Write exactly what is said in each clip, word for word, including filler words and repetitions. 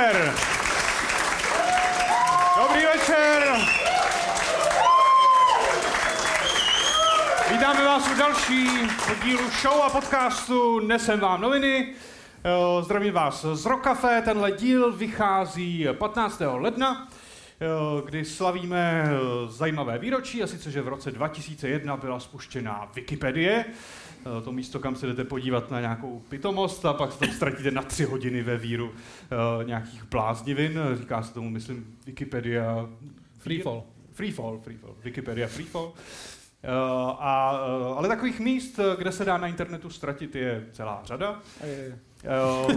večer! Dobrý večer! Vítáme vás u dalšího dílu show a podcastu Nesem vám noviny. Zdravím vás z Rock Café. Tenhle díl vychází patnáctého ledna, kdy slavíme zajímavé výročí, a sice, že v roce dva tisíce jedna byla spuštěna Wikipedie. To místo, kam se jdete podívat na nějakou pitomost a pak se tam ztratíte na tři hodiny ve víru uh, nějakých bláznivin. Říká se tomu, myslím, Wikipedia... Freefall. Freefall, Freefall. Wikipedia Freefall. Uh, a, uh, ale takových míst, kde se dá na internetu ztratit, je celá řada. Uh,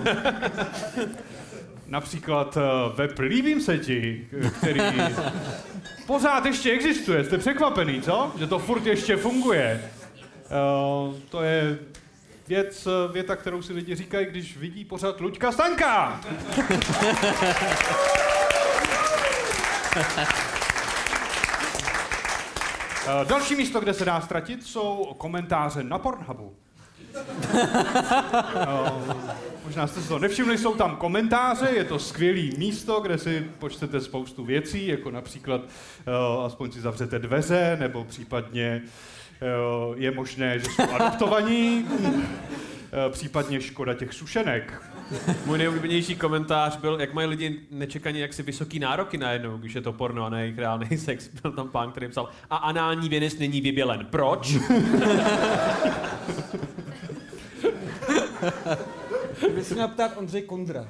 například uh, web Líbím se ti, který pořád ještě existuje. Jste překvapený, co? Že to furt ještě funguje. Uh, to je věc, věta, kterou si lidi říkají, když vidí pořád Luďka Staňka. uh, další místo, kde se dá ztratit, jsou komentáře na Pornhubu. uh, možná jste si to nevšimli, jsou tam komentáře, je to skvělý místo, kde si počtete spoustu věcí, jako například uh, aspoň si zavřete dveře, nebo případně je možné, že jsou adoptovaní, případně škoda těch sušenek. Můj nejoblíbenější komentář byl, jak mají lidi nečekaně jaksi vysoký nároky najednou, když je to porno a ne jejich reálný sex. Byl tam pán, který psal, a anální věnec není vybělen. Proč? Kdyby se měl ptát Ondřej Kondra.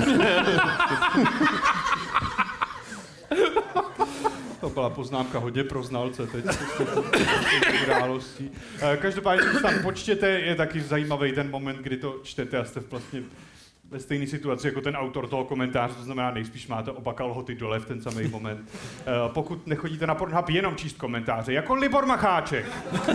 To byla poznámka hodně pro znalce teď. událostí. Každopádně, když tam počtěte, je taky zajímavý ten moment, kdy to čtete a jste vlastně ve stejné situaci jako ten autor toho komentáře, to znamená, nejspíš máte oba kalhoty dole v ten samý moment. Pokud nechodíte na Pornhub jenom číst komentáře, jako Libor Macháček.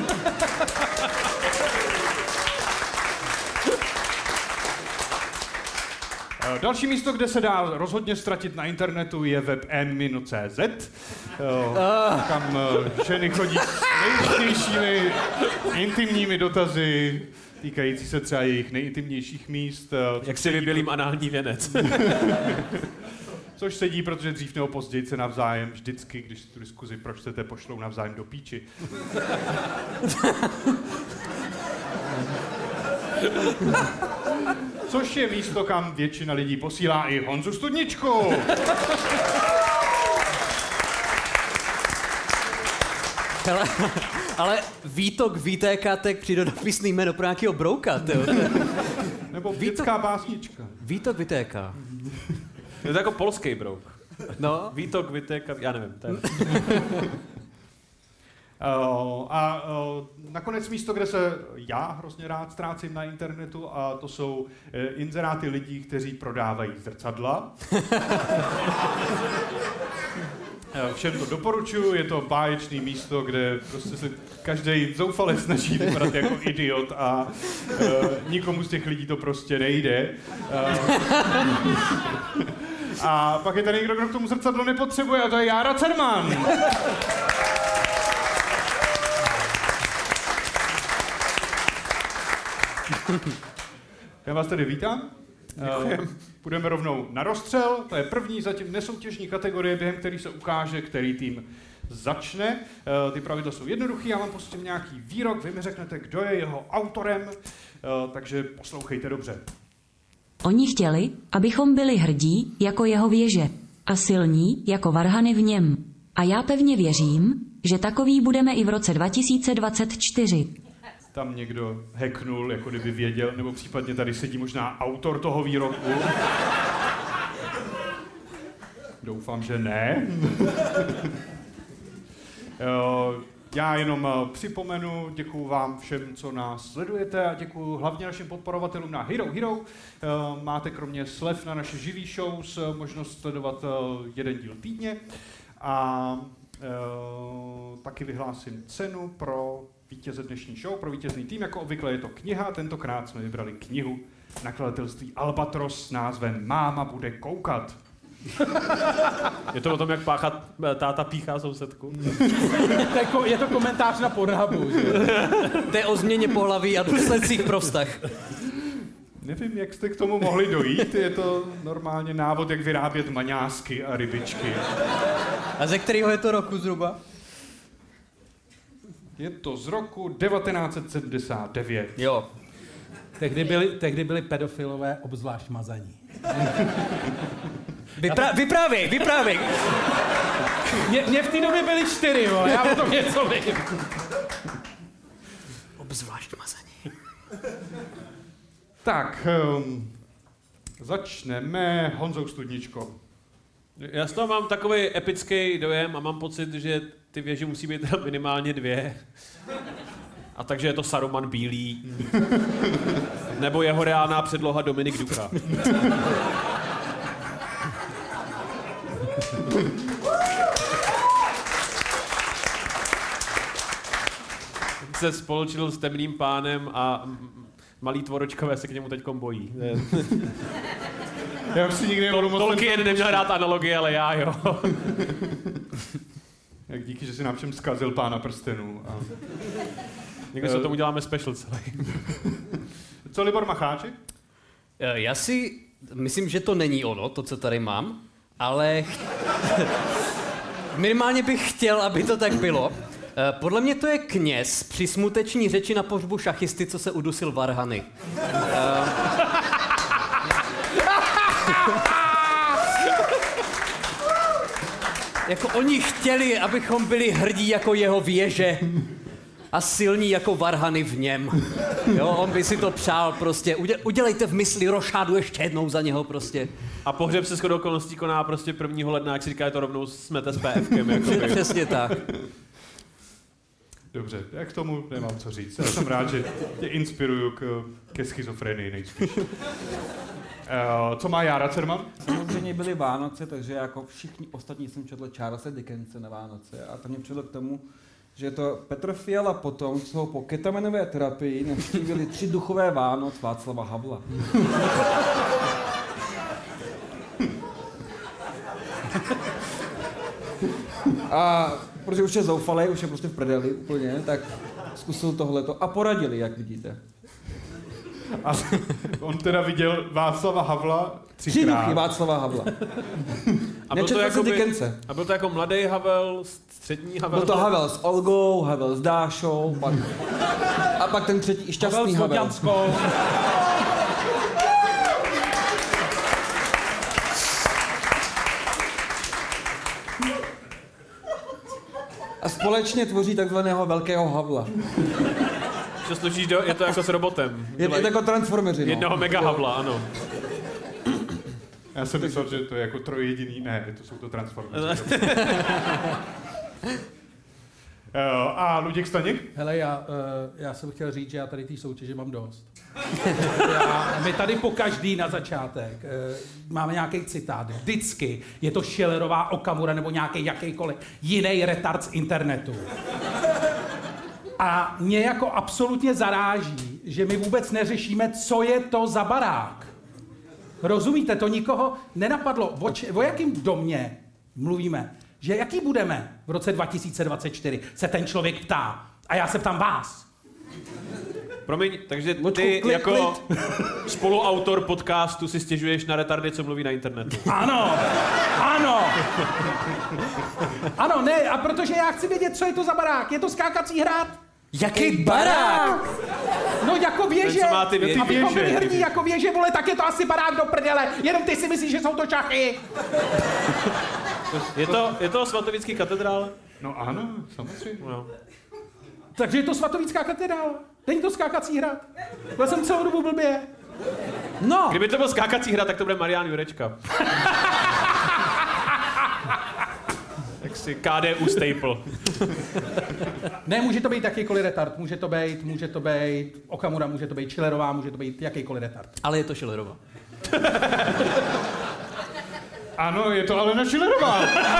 Další místo, kde se dá rozhodně ztratit na internetu, je web em mino tečka cé zet, kam ženy chodí s nejrůznějšími intimními dotazy, týkající se třeba jejich nejintimnějších míst. Jak si vybělím anální věnec. Což sedí, protože dřív nebo později se navzájem vždycky, když tu diskuzi pročtete, pošlou navzájem do píči. Což je místo, kam většina lidí posílá i Honzu Studničku. Hele, ale Vítok Vítékátek přijde dopisný jméno pro nějakýho brouka, tyjo. Nebo dětská básnička. Vítok Vitéka. Je to jako polský brouk. No. Vítok Vitéka, já nevím. To je... Uh, a uh, nakonec místo, kde se já hrozně rád ztrácím na internetu, a to jsou uh, inzeráty lidí, kteří prodávají zrcadla. uh, všem to doporučuji, je to báječný místo, kde prostě se každý zoufale snaží vypadat jako idiot a uh, nikomu z těch lidí to prostě nejde. Uh, a pak je tady někdo, kdo k tomu zrcadlo nepotřebuje, a to je Jára Cerman. Já vás tady vítám. Uh, půjdeme rovnou na rozstřel. To je první zatím nesoutěžní kategorie, během který se ukáže, který tým začne. Uh, ty pravidla jsou jednoduchý, já vám pustím nějaký výrok, vy mi řeknete, kdo je jeho autorem, uh, takže poslouchejte dobře. Oni chtěli, abychom byli hrdí jako jeho věže a silní jako varhany v něm. A já pevně věřím, že takový budeme i v roce dva tisíce dvacet čtyři. Tam někdo hacknul, jako kdyby věděl, nebo případně tady sedí možná autor toho výroku. Doufám, že ne. Já jenom připomenu, děkuju vám všem, co nás sledujete, a děkuju hlavně našim podporovatelům na Hero Hero. Máte kromě slev na naše živý shows možnost sledovat jeden díl týdně. A taky vyhlásím cenu pro vítěze dnešní show, pro vítězný tým. Jako obvykle je to kniha, tentokrát jsme vybrali knihu nakladatelství Albatros s názvem Máma bude koukat. Je to o tom, jak páchat táta píchá sousedku? Je to komentář na Pornhubu, že? To je o změně pohlaví a důsledcích pro vztah. Nevím, jak jste k tomu mohli dojít, je to normálně návod, jak vyrábět maňásky a rybičky. A ze kterého je to roku zhruba? Je to z roku devatenáct set sedmdesát devět. Jo. Tehdy byli, tehdy byli pedofilové obzvlášť mazaní. Vypra- vyprávěj, vyprávěj. Mě, mě v té době byly čtyři, jo, já o tom něco vím. Obzvlášť mazaní. Tak, um, začneme Honzou Studničkou. Já z toho mám takový epický dojem a mám pocit, že ty věže musí být minimálně dvě. A takže je to Saruman Bílý. Nebo jeho reálná předloha Dominik Duka. Se spolčil s Temným pánem a malý tvoročkové se k němu teďkom bojí. Já už si nikdy nebudu moc... Tolkien neměl rád analogie, ale já jo. Jak díky, že si nám všem zkazil Pána prstenů. A... Někdy se tomu děláme special celý. Co Libor Macháček? Já si myslím, že to není ono, to, co tady mám, ale minimálně bych chtěl, aby to tak bylo. Podle mě to je kněz při smuteční řeči na pohřbu šachisty, co se udusil varhany. Jako oni chtěli, abychom byli hrdí jako jeho věže a silní jako varhany v něm. Jo, on by si to přál prostě. Udělejte v mysli rošádu ještě jednou za něho prostě. A pohřeb se shodou okolností koná prostě prvního ledna, jak si říká, je to rovnou smete s PFkem. Jakoby. Přesně tak. Dobře, já k tomu nemám co říct. Já jsem rád, že tě inspiruju k, ke schizofrenii nejspíš. Uh, co má Jára Cerman? Samozřejmě byly Vánoce, takže jako všichni ostatní jsem četl Charlese Dickense na Vánoce a to mě přivedlo k tomu, že to Petr Fiala potom, co ho po ketamenové terapii navštívili tři duchové Vánoc Václava Havla. A protože už je zoufalej, už je prostě v prdeli úplně, tak zkusil tohleto a poradili, jak vidíte. A on teda viděl Václava Havla Tři třikrát. duchy Václava Havla. A byl, to Nečetl jako jsem Dickense. a byl to jako mladý Havel, střední Havel? Byl to Havel s Olgou, Havel s Dášou, pak... a pak ten třetí i šťastný Havel. A společně tvoří takzvaného velkého Havla. Že slučíš do, je to jako s robotem. Je, je to jako Transformeři, no. Jednoho mega Havla, ano. Já jsem myslel, že to je jako trojjediný. Ne, to jsou to Transformeři. A Luděk Staněk? Hele, já, uh, já jsem chtěl říct, že já tady té soutěže mám dost. Já, my tady po každý na začátek uh, máme nějaký citát. Vždycky je to Schillerová, Okamura nebo nějaký jakýkoliv jiný retard z internetu. A mě jako absolutně zaráží, že my vůbec neřešíme, co je to za barák. Rozumíte, to nikoho nenapadlo. O, č- o jakým domě mluvíme? Že jaký budeme v roce dva tisíce dvacet čtyři, se ten člověk ptá. A já se ptám vás. Promiň, takže ty Luďku, klid, jako spoluautor podcastu si stěžuješ na retardy, co mluví na internetu. Ano, ano. Ano, ne, a protože já chci vědět, co je to za barák. Je to skákací hrad? Jaký barák? No jako věže. Ten, co má ty věže. Abychom byli hrdí jako věže, vole, tak je to asi barák do prdele. Jenom ty si myslíš, že jsou to čachy. Je to, je to svatovický katedrále? No ano, samozřejmě. No. Takže je to svatovická katedrála. Není to skákací hrad. Byl jsem celou dobu blbě. No. Kdyby to byl skákací hra, tak to bude Marián Jurečka. Jak si K D U staple. Ne, může to být jakýkoliv retard. Může to být, může to být Okamura, může to být Schillerová, může to být jakýkoliv retard. Ale je to Schillerová. Ano, je to Alena Schillerová.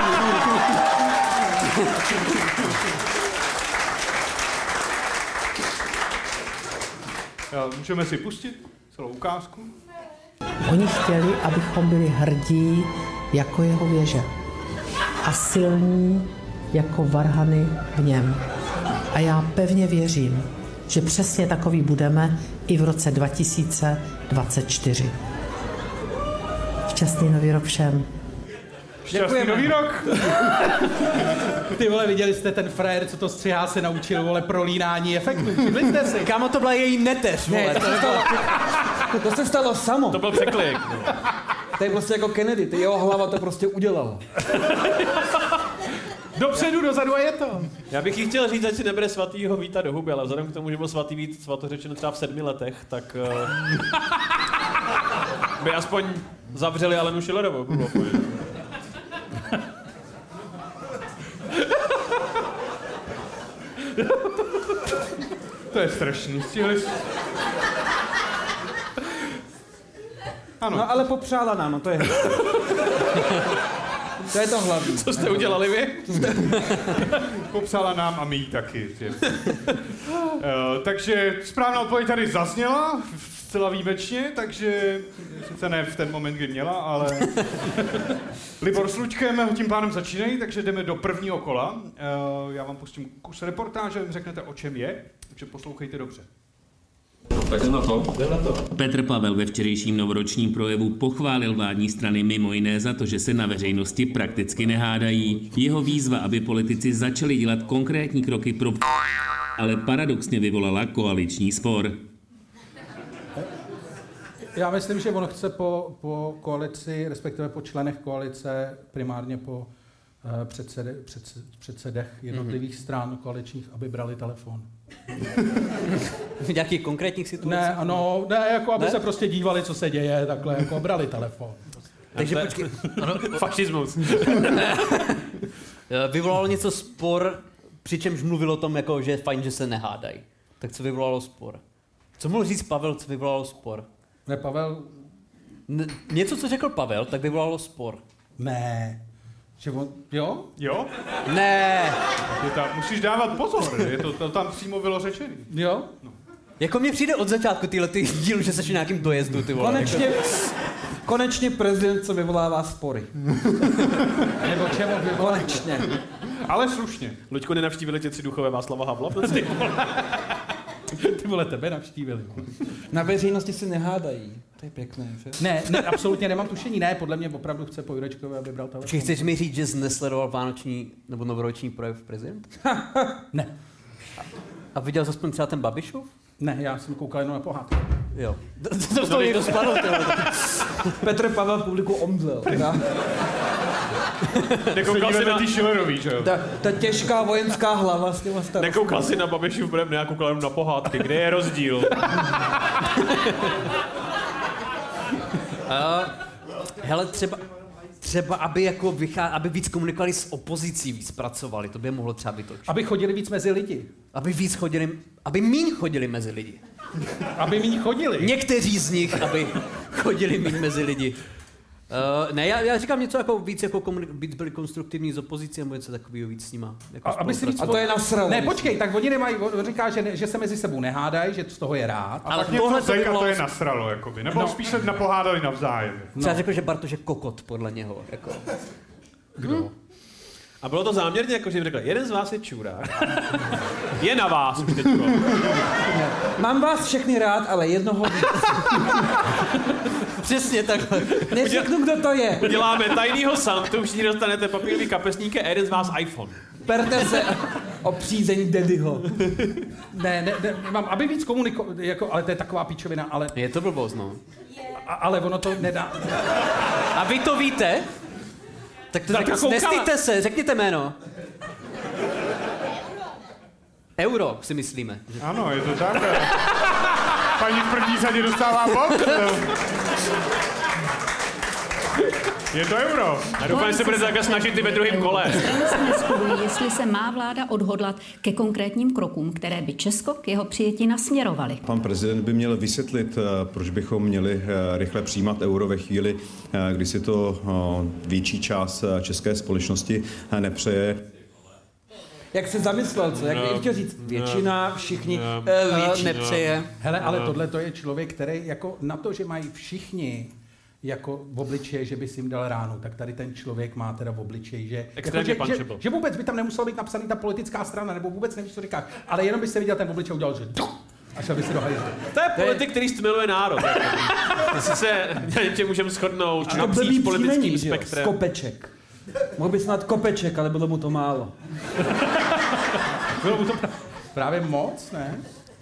Můžeme si pustit celou ukázku. Oni chtěli, abychom byli hrdí jako jeho věže a silní jako varhany v něm. A já pevně věřím, že přesně takový budeme i v roce dva tisíce dvacet čtyři. Šťastný nový rok všem. Šťastný nový rok! Ty vole, viděli jste ten frajer, co to střihá, se naučil, vole, prolínání efektu. Všimli jste si? Kámo, to byla její neteř, vole. Ne, to, se stalo, to se stalo samo. To byl překlik. To je prostě jako Kennedy, ty jeho hlava to prostě udělala. Dopředu, dozadu a je to. Já bych jí chtěl říct, ať si nebere svatýho Víta do huby, ale vzhledem k tomu, že byl svatý Vít svatořečen třeba v sedmi letech, tak uh, by aspoň zavřeli Alenu Schillerovou. Bylo To je strašný. Stihli jsi... Ano. No ale popřála nám, no to je hezké. To je to hlavní. Co jste udělali vy? Popsala nám a my jí taky. uh, takže správná odpověď tady zazněla, zcela výjimečně, takže sice ne v ten moment, kdy měla, ale Libor s Luďkem tím pádem začínají, takže jdeme do prvního kola. Uh, já vám pustím kus reportáže, řeknete, o čem je, takže poslouchejte dobře. Tak na to. na to. Petr Pavel ve včerejším novoročním projevu pochválil vládní strany mimo jiné za to, že se na veřejnosti prakticky nehádají. Jeho výzva, aby politici začali dělat konkrétní kroky pro ale paradoxně vyvolala koaliční spor. Já myslím, že on chce po, po koalici, respektive po členech koalice, primárně po uh, předsede, předsed, předsedech jednotlivých mm-hmm. stran koaličních, aby brali telefon. V nějakých konkrétních situacích? Ne, ano, ne, jako aby ne? se prostě dívali, co se děje, takhle, jako brali telefon. Takže počkej. Fašismus. Vyvolalo něco spor, přičemž mluvil o tom, jako, že je fajn, že se nehádají. Tak co vyvolalo spor? Co mohl říct Pavel, co vyvolalo spor? Ne, Pavel... N- něco, co řekl Pavel, tak vyvolalo spor. Ne. Že on... Jo? Jo? Ne. Je tam, musíš dávat pozor, je to, to tam přímo bylo řečený. Jo? No. Jako mně přijde od začátku tyhle ty dílu, že jsi v nějakým dojezdu, ty vole. Konečně, konečně prezident, co vyvolává spory. Nebo čemu vyvolá? Konečně. Ale slušně. Luďku, nenavštívili tě tři duchové Václava Havla? Ty vole, tebe navštívili. Na veřejnosti si nehádají. To je pěkné, že? Ne, ne, absolutně nemám tušení, ne, podle mě opravdu chce po Jurečkovi, aby bral telefon. Či chceš mi říct, že jsi nesledoval vánoční nebo novoroční projev prezident? Ne. A viděl jsi aspoň třeba ten Babišův? Ne, já jsem koukal jenom na pohádky. Jo. To z toho někdo spadl, ty vole. Petr Pavel publiku omdlel. Nekoukal jsi na ty Schillerový, že jo? Ta, ta těžká vojenská hlava s těma starostmi. Nekoukal jsi na Babišův projev, ne, já koukal jenom na pohádky. Kde je rozdíl? Uh, hele, třeba, třeba aby, jako vychá, aby víc komunikovali s opozicí, víc pracovali, to by je mohlo třeba vytočit. Aby chodili víc mezi lidi. Aby víc chodili, aby míň chodili mezi lidi. Aby míň chodili. Někteří z nich, aby chodili míň mezi lidi. Uh, ne, já, já říkám něco jako víc, jako komunik- víc byli konstruktivní z opozice, nebo něco takového víc s nima. Jako A, aby si víc... A to je nasralo. Ne, počkej, tak oni nemají, on říká, že, ne, že se mezi sebou nehádají, že z toho je rád. A ale pak něco řek a to je nasralo, jakoby. Nebo no. spíš se napohádali navzájem. Třeba No. řekl, že Bartoš je kokot, podle něho. Jako. Kdo? Hmm. A bylo to záměrně, jako že jim řekl, jeden z vás je čurák. Je na vás už teďko. Mám vás všechny rád, ale jednoho víc. Přesně takhle. Neřeknu, kdo to je. Uděláme tajnýho Santu, všichni dostanete papírový kapesník a jeden z vás iPhone. Perte se o přízeň Daddyho. Ne, ne, ne, mám, aby víc komuniko... Jako, ale to je taková píčovina, ale... Je to blbost, no. A, ale ono to nedá... A vy to víte? Tak to Tak řek, to koukala. nestýte se, řekněte jméno. Euro, si myslíme. Ano, je to tak. Paní v první řadě dostává bod. Je to euro. A doufám, že se budete takhle snažit i ve druhém kole. Strany se neshodují, jestli se má vláda odhodlat ke konkrétním krokům, které by Česko k jeho přijetí nasměrovaly. Pan prezident by měl vysvětlit, proč bychom měli rychle přijímat euro ve chvíli, kdy si to větší část české společnosti nepřeje. Jak se zamyslel, co? Jak no, chtěl říct? Většina, všichni no, uh, nepřeje. Hele, ale tohle to je člověk, který jako na to, že mají všichni jako v obličeji, že by si jim dal ránu, tak tady ten člověk má teda v obličeji, že, jako, že, že, že vůbec by tam nemusela být napsaný ta politická strana, nebo vůbec nevíš, co říkáš, ale jenom by se viděl ten obličej udělal, že A šel by si do hajzlu. To je politik, který stmeluje národ. Jestli se na něčem můžeme shodnout napříč politickým spektrem. Skopeček. Mohl by snad kopeček, ale bylo mu to málo. Bylo mu to právě moc, ne?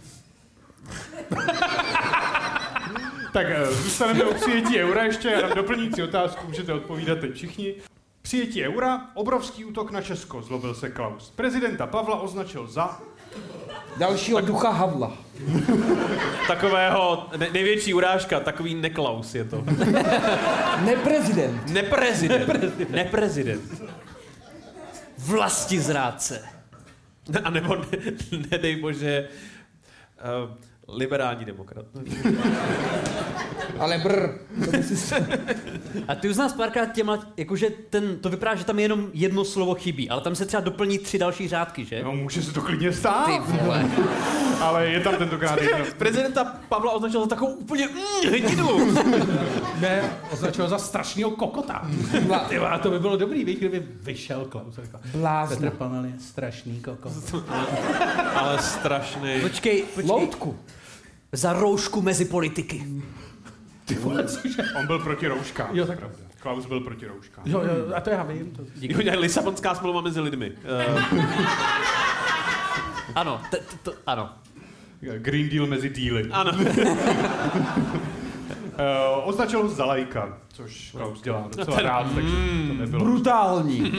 Tak zůstaneme u přijetí eura ještě, já dám doplňující otázku, můžete odpovídat teď všichni. Přijetí eura, obrovský útok na Česko, zlobil se Klaus. Prezidenta Pavla označil za... Dalšího tak... ducha Havla. Takového ne- největší urážka, takový neklaus je to. Neprezident. Neprezident. Neprezident. Neprezident. Vlastizrádce. A nebo, ne, nedej bože, uh, liberální demokrat. Ale brr. A ty už nás párkrát těma, jakože ten, to vypadá, že tam je jenom jedno slovo chybí, ale tam se třeba doplní tři další řádky, že? No, může se to klidně stát. Ty vole. Ale je tam tentokrát jedno. Prezidenta Pavla označil za takovou úplně mm, hydinu. Ne, označil za strašného kokota. Ty vole, to by bylo dobrý, víš, kdyby vyšel Klaus. Blázna. Petr Pavel je strašný kokot. Ale strašný. Počkej, počkej. Loutku. Za roušku mezi politiky. Ty vole, cože? On byl proti rouškám. Jo, tak pravda. Klaus byl proti rouškám. Jo, jo, a to já vím. To... Jo, Lisabonská smlouva mezi lidmi. Uh. Ano, t- t- t- ano. Green Deal mezi díly. Ano. uh, označil ho za lajka, což Klaus dělá docela rád, takže to nebylo. Brutální.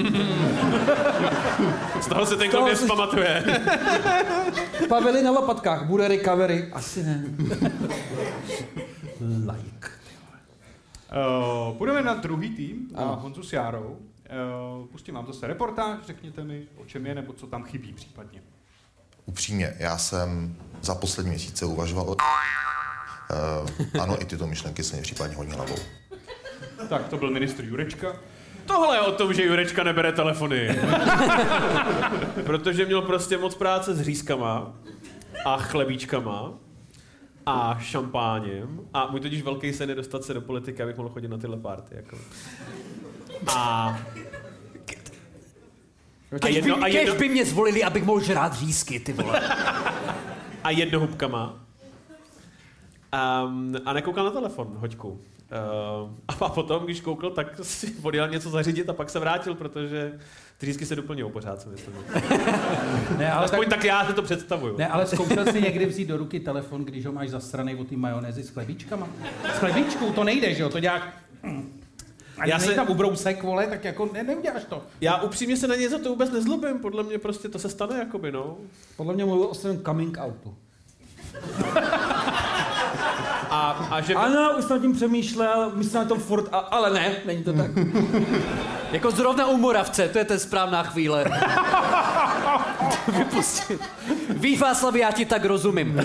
Z toho se ten klub vzpamatuje. Pavely na lopatkách, bude recovery? Asi ne. Like. Uh, půjdeme na druhý tým, na Honzu s Járou. Uh, pustím vám zase reportáž, řekněte mi, o čem je, nebo co tam chybí případně. Upřímně, já jsem za poslední měsíce uvažoval o... Uh, ano, i tyto myšlenky se mě případně hodně hlavou. Tak, to byl ministr Jurečka. Tohle je o tom, že Jurečka nebere telefony. Protože měl prostě moc práce s řízkama a chlebíčkama a šampáněm. A můj totiž velký sen je dostat se do politiky, abych mohl chodit na tyhle party. Jako. A... A jedno, by, a jedno... by mě zvolili, abych mohl žrát řízky, ty vole. A jednohubkama. Um, a nekoukal na telefon, hoďku. Um, a potom, když koukal, tak si odjel něco zařídit a pak se vrátil, protože ty řízky se doplňují pořád, si myslím. Ne, ale aspoň tak, tak já si to představuju. Ne, ale zkoušel jsi někdy vzít do ruky telefon, když ho máš zasranej od té majonézy s chlebíčkama? S chlebíčkou to nejde, že jo? To děláš... Ani já se tam ubrousek, vole, tak jako ne, neuděláš to. Já upřímně se na ně za to vůbec nezlobím, podle mě prostě to se stane, jakoby, no. Podle mě mluvil o svém coming outu. A, a že... Ano, už jsem tím přemýšlel, myslím na tom furt, a, ale ne, není to tak. Jako zrovna u Moravce, to je ten správná chvíle. Vypustit. Víš, Václav, já ti tak rozumím.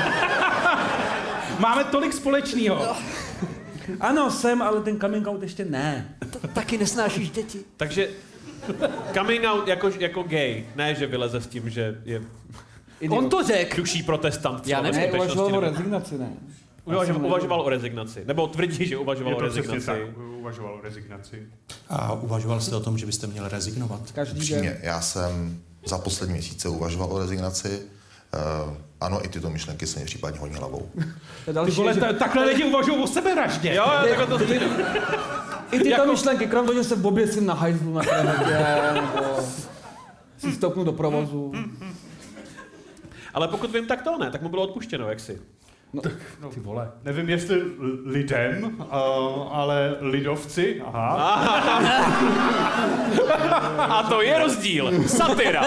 Máme tolik společného. Ano, jsem, ale ten coming out ještě ne. T- taky nesnášíš děti. Takže coming out jako, jako gay, ne, že vyleze s tím, že je... On to řekl. Duší protestant. Já ne, uvažoval o rezignaci, ne. Uvažoval, uvažoval o rezignaci. Nebo tvrdí, že uvažoval je to o rezignaci. Tak, uvažoval o rezignaci. A uvažoval jste o tom, že byste měl rezignovat? Každý Upřímně, den. já jsem za poslední měsíce uvažoval o rezignaci. Uh, ano, i tyto myšlenky se mě případně hodně hlavou. Ty vole, ta, takhle lidi uvažují o sebevraždě. Jo, takhle to... Ty, I tyto jako... myšlenky, krom toho, že se oběsím na hajzlu na krevetě, nebo si stoupnu do provozu. Ale pokud vím, tak to ne, tak mu bylo odpuštěno, jak si. No, no, ty vole. Nevím, jestli lidem, uh, ale lidovci, aha. A to je rozdíl. Satira.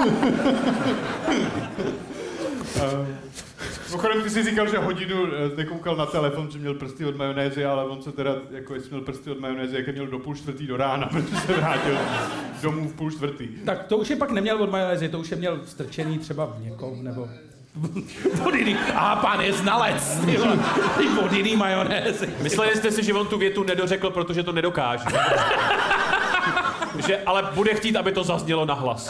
Mimochodem, ty jsi říkal, že hodinu nekoukal na telefon, že měl prsty od majonézy, ale on se teda, jako jestli měl prsty od majonézy, jak je měl do půl čtvrtý do rána, protože se vrátil domů v půl čtvrtý. Tak to už je pak neměl od majonézy, to už je měl strčený třeba v někom, nebo... Od jiný, a pán je znalec, ty od jiný majonézy. Mysleli jste si, že on tu větu nedořekl, protože to nedokáže. Že ale bude chtít, aby to zaznělo nahlas.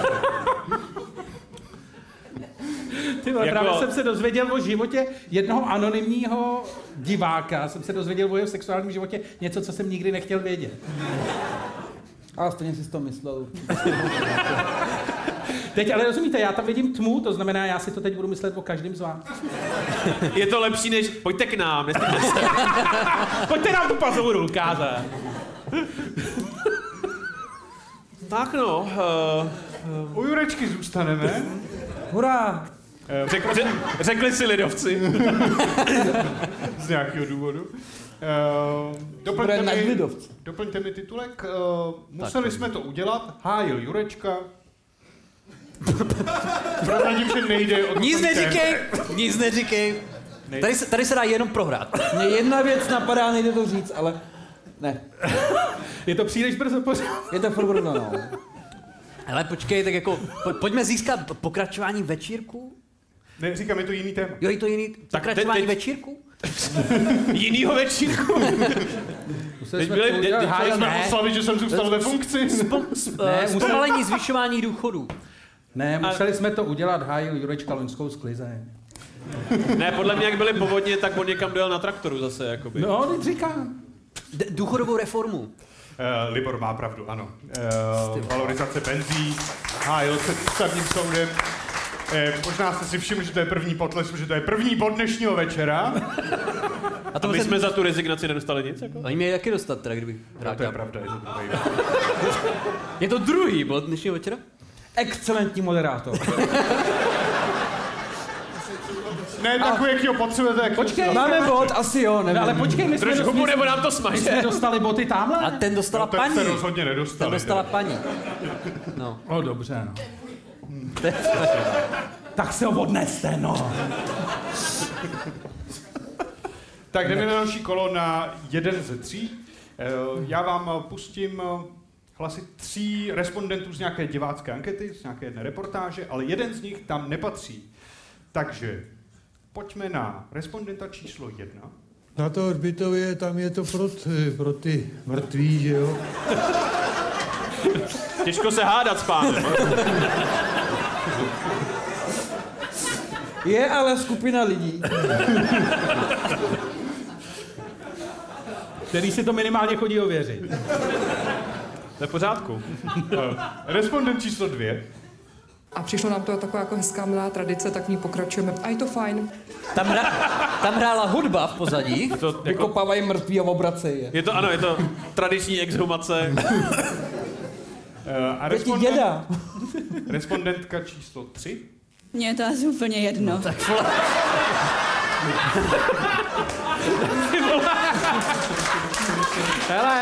Ty vole, jako... právě jsem se dozvěděl o životě jednoho anonymního diváka, jsem se dozvěděl o jeho sexuálním životě něco, co jsem nikdy nechtěl vědět. Ale stejně si to myslel. Teď ale rozumíte, já tam vidím tmu, to znamená, já si to teď budu myslet o každém z vás. Je to lepší než, pojďte k nám, se. Pojďte nám tu pazouru ukázat. Tak no. Uh, U Jurečky zůstaneme. Hurá! Řek, řek, řekli si lidovci. Z nějakého důvodu. Uh, doplňte, mi, doplňte mi titulek. Uh, museli tak, jsme to udělat. Hájil Jurečka. Prozradím, že nejde o... Nic neříkej, nic neříkej. Tady se, tady se dá jenom prohrát. Mně jedna věc napadá, nejde to říct, ale... Ne. Je to příliš brzo pořád. Je to furt brzo, no. Ale počkej, tak jako, po, pojďme získat pokračování večírku. Ne, říkám, je to jiný téma. Jo, je to jiný, pokračování teď, teď... večírku? Jinýho večírku? Teď byli, teď jsme oslavit, že jsem zůstal ve funkci. Zpomalení zvyšování důchodů. Ne, museli a... jsme to udělat, hájil Jurečka loňskou sklizeň. Ne, podle mě, jak byli povodně, tak on někam dojel na traktoru zase, jakoby. No, teď říkám. D- důchodovou reformu. Uh, Libor má pravdu, ano. Uh, valorizace penzí, hájil před ústavním soudem. Eh, možná jste si všimli, že to je první potlesk, že to je první bod dnešního večera. A, to A my se... jsme za tu rezignaci nedostali nic? Jako? Oni měli jaký dostat, teda, kdybych hrál. No, to je pravda, je to druhý. Je to druhý bod dnešního večera? Excelentní moderátor. Ne, takový, jaký ho potřebujete. Jak počkej, máme bod, asi jo, nevím. No, ale počkej, my jsme, Trošku dostali, nebo nám to smaží. jsme dostali boty tamhle. A ten dostala no, paní. Ten rozhodně nedostali. Ten dostala ne? paní. No. O, dobře, no. Tak se ho odneste, no. Tak jdeme na další kolo na jeden ze tří. Já vám pustím hlasy tří respondentů z nějaké divácké ankety, z nějaké jedné reportáže, ale jeden z nich tam nepatří. Takže pojďme na respondenta číslo jedna. Na to hřbitově, tam je to pro, t, pro ty mrtví, že jo? Těžko se hádat s pánem. Je ale skupina lidí, který si to minimálně chodí ověřit. To je v pořádku. Respondent číslo dvě. A přišlo nám to taková jako hezká milá tradice, tak v ní pokračujeme. A je to fajn. Tam, hra, tam hrála hudba v pozadí. To jako, vykopávají mrtví a obracejí je. Je to, ano, je to tradiční exhumace. uh, a respondent, děda. Respondentka číslo tři. Mně je to asi úplně jedno. Tak Hele.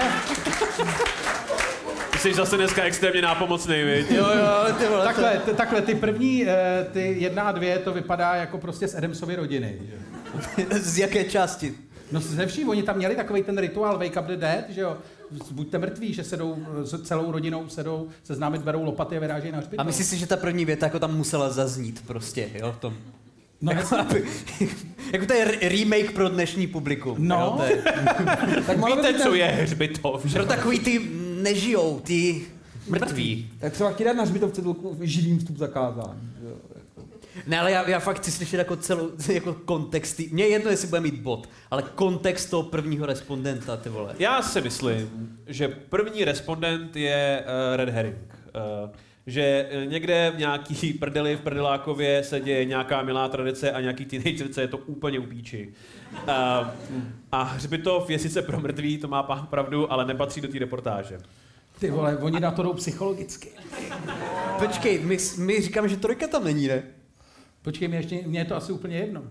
Jsi zase dneska extrémně nápomocnej, viď? Jo, jo, ty vole. Takhle, ty, takhle, ty první, ty jedna a dvě, to vypadá jako prostě z Adamsovy rodiny. Že? Z jaké části? No ze vším, oni tam měli takový ten rituál Wake up the dead, že jo? Buďte mrtví, že sedou, s celou rodinou sedou, seznámit, berou lopaty a vyrážejí na hřbitov. A myslíš si, že ta první věta jako tam musela zaznít prostě, jo, v tom? No, jako, aby, jako to je remake pro dnešní publikum. No. Jo, to je. Tak víte, co je hřbitov? Pro takový ty nežijou, ty mrtví. Tak třeba chtějí dát na hřbitovce živým vstup zakázán. Ne, ale já, já fakt chci slyšet jako celou, jako kontexty. Mně je jedno, jestli bude mít bod, ale kontext toho prvního respondenta, ty vole. Já si myslím, že první respondent je uh, Red Herring. Uh, že někde v nějaký prdeli v Prdelákově se děje nějaká milá tradice a nějaký teenagerce je to úplně u píči. Uh, a hřbitov je sice pro mrtví, to má pán pravdu, ale nepatří do té reportáže. Ty vole, oni na to jdou psychologicky. Počkej, my, my říkáme, že trojka tam není, ne? Počkej, mě, ještě, mě je to asi úplně jedno.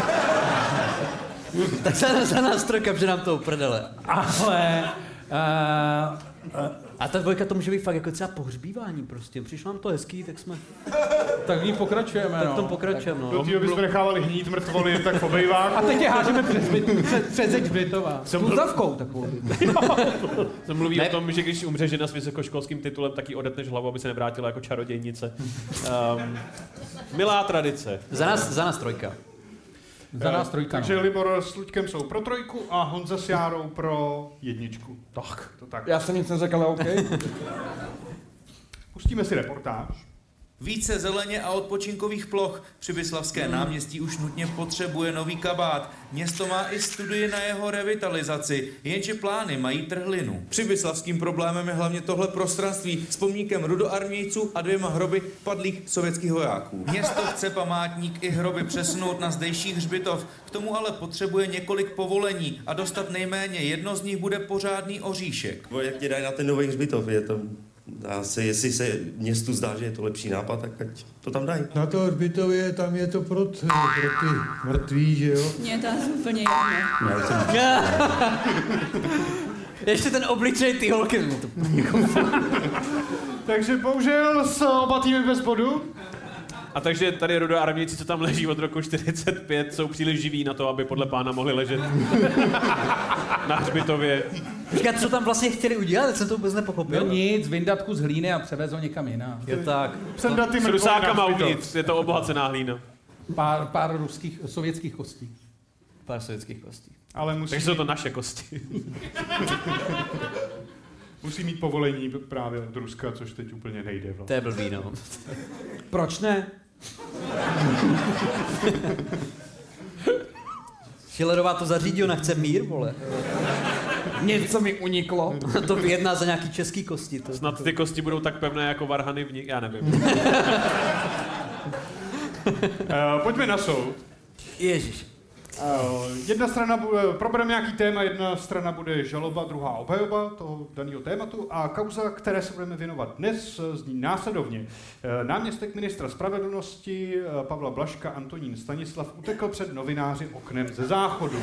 Tak za, za nás trojka, že nám to uprdele. Ale... Uh, uh, a ta dvojka to může být fakt jako třeba pohřbívání prostě. Přišlo nám to hezký, tak jsme... Tak v ní pokračujeme, Tak no. v tom pokračujeme, no. Do týho bychom nechávali hnít mrtvoly jen tak v obejváku. A teď je hážeme přes, přes, přes hřbitova. S půzdavkou takovou. Se mluví ne. o tom, že když umře žena s vysokoškolským titulem, tak ji odetneš hlavu, aby se nevrátila jako čarodějnice. Um, milá tradice. Za nás, za nás trojka. Za nás trojka, Takže no. Libor s Luďkem jsou pro trojku a Honza s Járou pro jedničku. Tak, to tak. Já jsem nic neřekl, ale OK. Pustíme si reportáž. Více zeleně a odpočinkových ploch. Přibyslavské náměstí už nutně potřebuje nový kabát. Město má i studii na jeho revitalizaci, jenže plány mají trhlinu. Přibyslavským problémem je hlavně tohle prostranství s pomníkem rudoarmějců a dvěma hroby padlých sovětských vojáků. Město chce památník i hroby přesunout na zdejší hřbitov, k tomu ale potřebuje několik povolení a dostat nejméně jedno z nich bude pořádný oříšek. Jak tě dají na ten nový hřbitov, je to... A se, jestli se městu zdá, že je to lepší nápad, tak ať to tam dají. Na to hřbitově, tam je to pro, t, pro ty mrtví, že jo? Mně je to asi úplně jedno. Ještě ten obličej ty holky. Takže bohužel s oba týmy bez bodu. A takže tady rudoarmějci, co tam leží od roku čtyřicet pět, jsou příliš živí na to, aby podle pána mohli ležet na hřbitově. Počkat, co tam vlastně chtěli udělat? Já jsem to vůbec nepochopil. No nic, vyndat kus hlíny a převést ho někam jinam. Je tak. Přendat ty S rusákama uvnitř, je to obohacená hlína. Pár, pár ruských, sovětských kostí. Pár sovětských kostí. Ale musí Takže jsou to naše kosti. Musí mít povolení právě od Ruska, což teď úplně nejde. Vlastně. To je blbý, no. Proč ne? Schillerová to zařídí, ona chce mír, vole. Něco mi uniklo. To vyjedná za nějaký český kosti. To, Snad to... ty kosti budou tak pevné jako varhany v nich, já nevím. uh, pojďme na soud. Ježiš. Uh, jedna strana bude, probereme nějaký téma, jedna strana bude žaloba, druhá obhajoba toho daného tématu a kauza, které se budeme věnovat dnes, zní následovně. Uh, náměstek ministra spravedlnosti uh, Pavla Blažka Antonín Stanislav utekl před novináři oknem ze záchodu.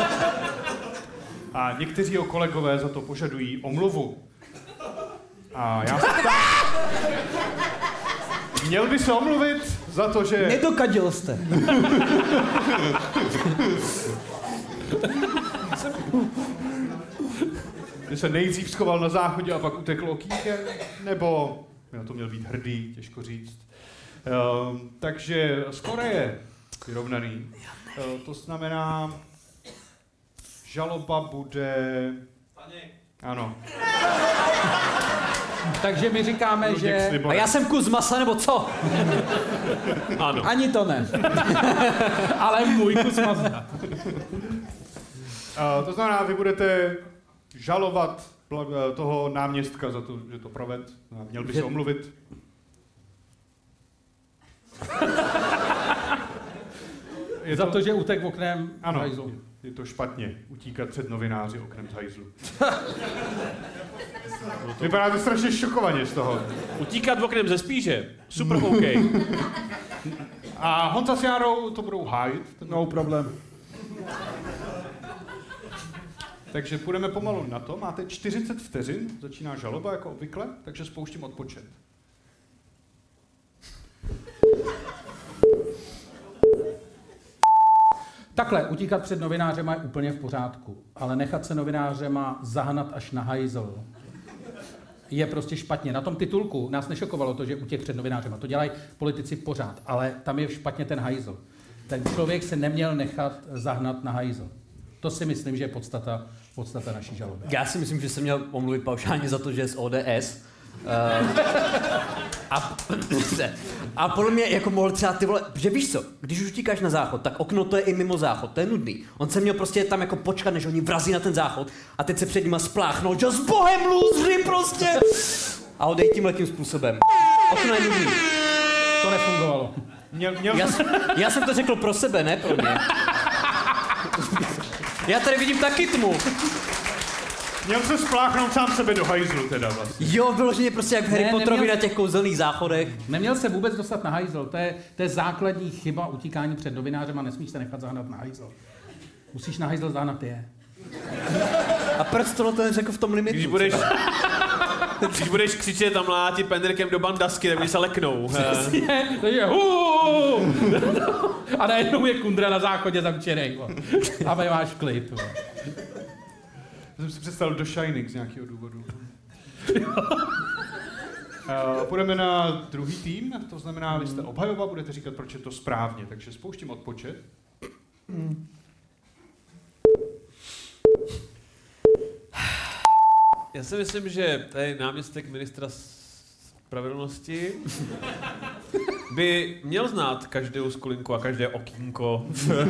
A někteří jeho kolegové za to požadují omluvu. A já se ptám, měl by se omluvit za to, že... Nedokadil jste. Že se nejdřív schoval na záchodě a pak utekl okýnkem, nebo by na to měl být hrdý, těžko říct. Um, takže skoro je vyrovnaný. Uh, to znamená, žaloba bude... Ano. Takže my říkáme, že... A já jsem kus masa, nebo co? Ano. Ani to ne. Ale můj kus masa. Uh, to znamená, vy budete žalovat toho náměstka za to, že to proved. Měl by se omluvit. Je za to, to, že utek oknem ano, hajzlu. Je to špatně, utíkat před novináři oknem z hajzlu. Vypadáte strašně šokovaně z toho. Utíkat oknem ze spíže, super OK. A Honza s Járou to budou hájit. No problém. Takže půjdeme pomalu na to. Máte čtyřicet vteřin, začíná žaloba jako obvykle, takže spouštím odpočet. Takhle, utíkat před novinářema je úplně v pořádku, ale nechat se novinářema zahnat až na hajzl je prostě špatně. Na tom titulku nás nešokovalo to, že utěk před novinářema. To dělají politici pořád, ale tam je špatně ten hajzl. Ten člověk se neměl nechat zahnat na hajzl. To si myslím, že je podstata, podstata naší žaloby. Já si myslím, že jsem měl omluvit paušálně za to, že je z O D S. Uh, a, a podle mě jako mohl třeba ty vole, že víš co, když už utíkáš na záchod, tak okno to je i mimo záchod, to je nudný. On se měl prostě tam jako počkat, než oni vrazí na ten záchod a teď se před nima spláchnou, že s bohem lůzři prostě. A odej tímhletím způsobem. Okno je nudný. To nefungovalo. Měl, měl já, jsem, já jsem to řekl pro sebe, ne pro mě. Já tady vidím taky tmu. Měl se spláchnout sám sebe do hajzlu teda vlastně. Jo, vyloženě prostě jak v Harry Potterovi neměl... na těch kouzelných záchodech. Neměl se vůbec dostat na hajzl, to je, to je základní chyba utíkání před novinářem a nesmíš se nechat zahnat na hajzl. Musíš na hajzl zahnat je. A proč tohle to neřekl v tom limitu? Když budeš, když budeš křičet a mlátit pendrkem do bandasky, tak oni se leknou. Přesně, to je a najednou je kundra na záchodě zamčenej. A máš klip. Já jsem si představil do Shining z nějakého důvodu. uh, půjdeme na druhý tým, to znamená, vy jste obhajoba, budete říkat, proč je to správně, takže spouštím odpočet. Hmm. Já si myslím, že tady náměstek ministra spravedlnosti by měl znát každou skulinku a každé okýnko.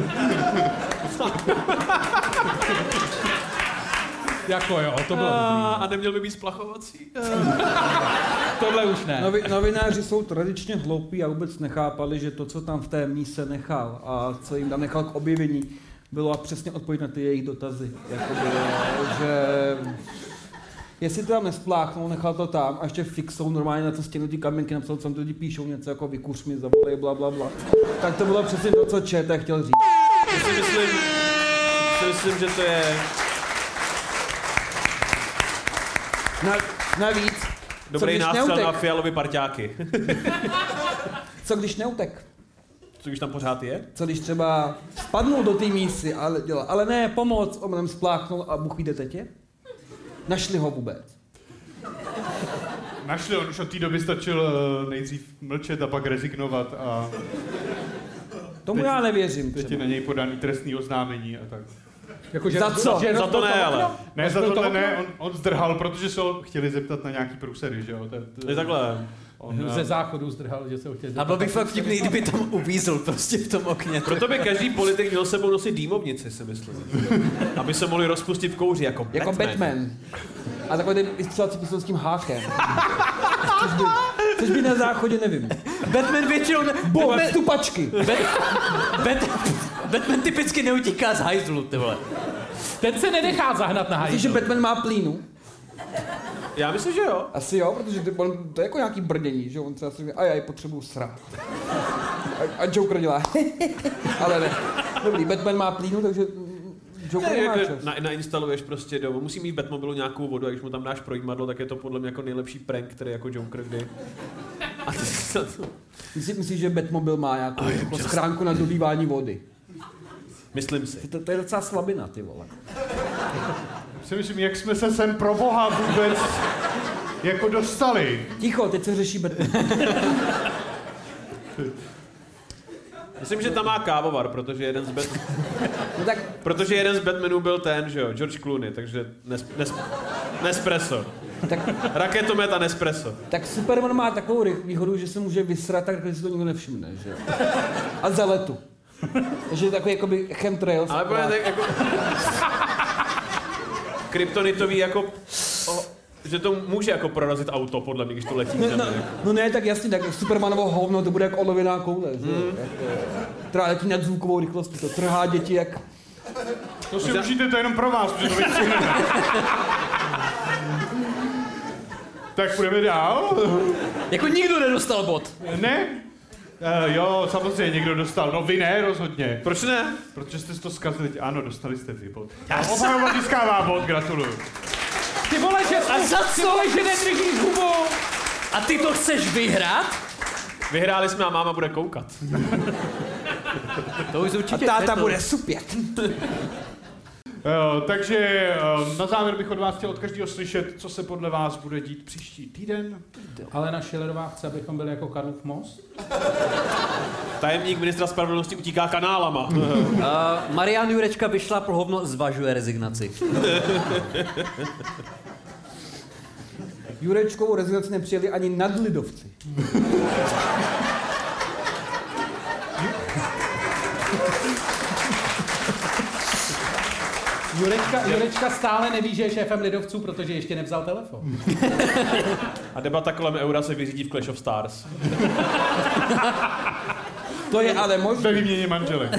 Jako jo, to bylo a, a neměl by být splachovací. Tohle už ne. Novi, novináři jsou tradičně hloupí a vůbec nechápali, že to, co tam v té míse nechal a co jim tam nechal k objevení, bylo přesně odpověď na ty jejich dotazy. Jakoby, že jestli to tam nespláchnul, nechal to tam a ještě fixou normálně na to stěnu ty kamenky, napsal, co tam ty lidi píšou, něco jako vykuř mi, zavolej, bla, bla, bla. Tak to bylo přesně to, co Čete chtěl říct. Já si myslím, si myslím, že to je... Na, navíc, dobrý nástřel na Fialovy parťáky. Co když neutek? Co když tam pořád je? Co když třeba spadnul do té mísy, ale, dělal, ale ne, pomoc, on spláchnul a Bůh ví, kde teď je? Našli ho vůbec? Našli, on už od té doby stačil nejdřív mlčet a pak rezignovat a... Tomu teď, já nevěřím. Teď je na něj podaný trestný oznámení a tak. Jako, že za co? Že za to ne, ale. Ne, za tohle ne, on, on zdrhal, protože se ho chtěli zeptat na nějaký průsery, že jo? Je takhle. On ze záchodu zdrhal, že se ho chtěli zeptat. A byl bych fakt vtipný, kdyby tam uvízl prostě v tom okně. Proto by každý politik měl sebou nosit dýmovnici, si myslím. Aby se mohli rozpustit v kouři, jako Jako Batman. Batman. A takový ten vystřelací pistol s tím hákem. Což by, což by na záchodě, nevím. Batman většinou... Ne... Bo, Batman... stupačky. Bat... Bat... Batman typicky neutíká z hajzlu, ty vole. Ten se nenechá zahnat na hajzlu. Myslíš, že Batman má plínu? Já myslím, že jo. Asi jo, protože to, on, to je jako nějaký brdění, že on třeba si říká, a já ji potřebuju srát. A, a Joker dělá, ale ne. Dobrý, Batman má plínu, takže Joker ne, nemá jako čas. Na, nainstaluješ prostě do, musí mít v Batmobilu nějakou vodu a když mu tam dáš projímadlo, tak je to podle mě jako nejlepší prank, který jako Joker kdy. A ty to... Myslíš, myslí, že Batmobil má nějakou jako schránku na dolívání vody? Myslím si. To, to je docela slabina, ty vole. Si myslím, jak jsme se sem pro boha vůbec jako dostali. Ticho, teď se řeší Batman. Myslím, že tam má kávovar, protože jeden z Bat... no tak... protože jeden z Batmanů byl ten, že jo, George Clooney, takže nes, nes, Nespresso. Tak... Raketomet a Nespresso. Tak Superman má takovou výhodu, že se může vysrat, tak si to nikdo nevšimne, že jo. A za letu. Takže je takový jakoby chemtrails. Ale bude tak jako... kryptonitový jako... O, že to může jako prorazit auto, podle mě, když to letí. No, no, no ne, tak jasně, tak Supermanovo hovno, to bude jako olověná koule, že jo. Mm. Jako, která letí nad zvukovou rychlostí, to trhá děti jak... To si užijte, to jenom pro vás, protože to vystihneme. Tak půjdeme dál. Jako nikdo nedostal bod. Ne? Uh, jo, samozřejmě někdo dostal. No vy ne, rozhodně. Proč ne? Protože jste to zkazili. Ano, dostali jste vy bod. Obhajoba získává bod, gratuluju. Ty vole, že, a za ty co? vole, že nedržíš hubu. A ty to chceš vyhrát? Vyhráli jsme a máma bude koukat. To už určitě a táta neto. bude supět. Uh, takže uh, na závěr bych od vás chtěl od každého slyšet, co se podle vás bude dít příští týden. Alena Schillerová chce, abychom byli jako Karlův most. Tajemník ministra spravedlnosti utíká kanálama. uh, Marian Jurečka vyšla pro hovno, zvažuje rezignaci. Jurečkovou rezignaci nepřijeli ani nadlidovci. Jurečka, Jurečka stále neví, že je šéfem lidovců, protože ještě nevzal telefon. A debata kolem eura se vyřídí v Clash of Stars. To je ale možné. Ve výměně manželek.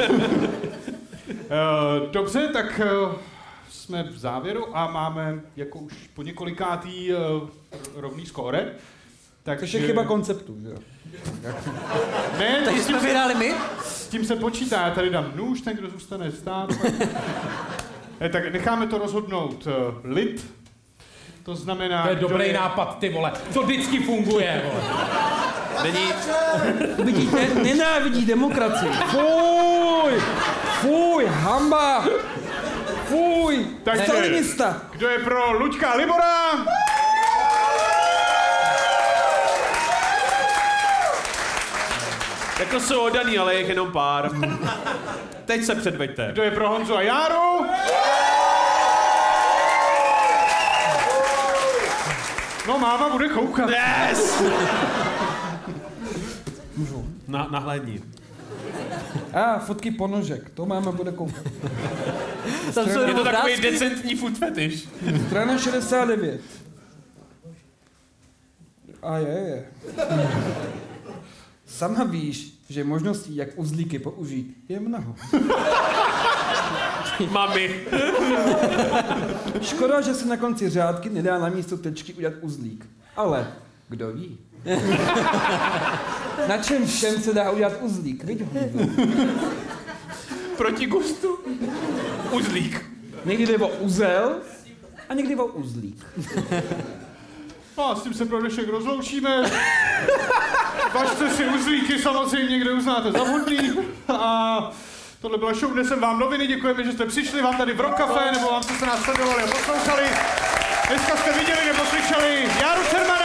Dobře, tak jsme v závěru a máme jako už po několikátý rovný skóre. Takže je chyba konceptu, že jo? Ne, takže jsme vyhráli my? S tím se počítá, já tady dám nůž, ten, kdo zůstane stát. Ne, tak necháme to rozhodnout uh, lid. To znamená... To je dobrý je... nápad, ty vole. To vždycky funguje, vole. Není... Vidíte, nenávidí demokracii. Fuj! Fuj, hamba! Fuj! Takže, stalinista! Kdo je pro Luďka Libora? Jako jsou oddaný, ale je jenom pár. Teď se předveďte. Kdo je pro Honzu a Járu? No, máma bude koukat. Yes! Na, nahlédni. A, ah, fotky ponožek, to máme, bude koukat. Strana, je to takový decentní food fetish. Strana šedesát devět. A je, je. Sama víš, že možností, jak uzlíky použít, je mnoho. Mami. Škoda, že se na konci řádky nedá na místo tečky udělat uzlík. Ale kdo ví? Na čem všem se dá udělat uzlík? Viď ho? Proti gustu. Uzlík. Někdy jde o uzel a někdy o uzlík. No a s tím se pro dnešek rozloučíme. Važte si uzlíky samozřejmě, kde uznáte za vhodný. A tohle byla show, kde jsem vám noviny. Děkujeme, že jste přišli, vám tady v Rock Café, nebo vám, co jste nás sledovali a poslouchali. Dneska jste viděli nebo slyšeli Járu Cermana.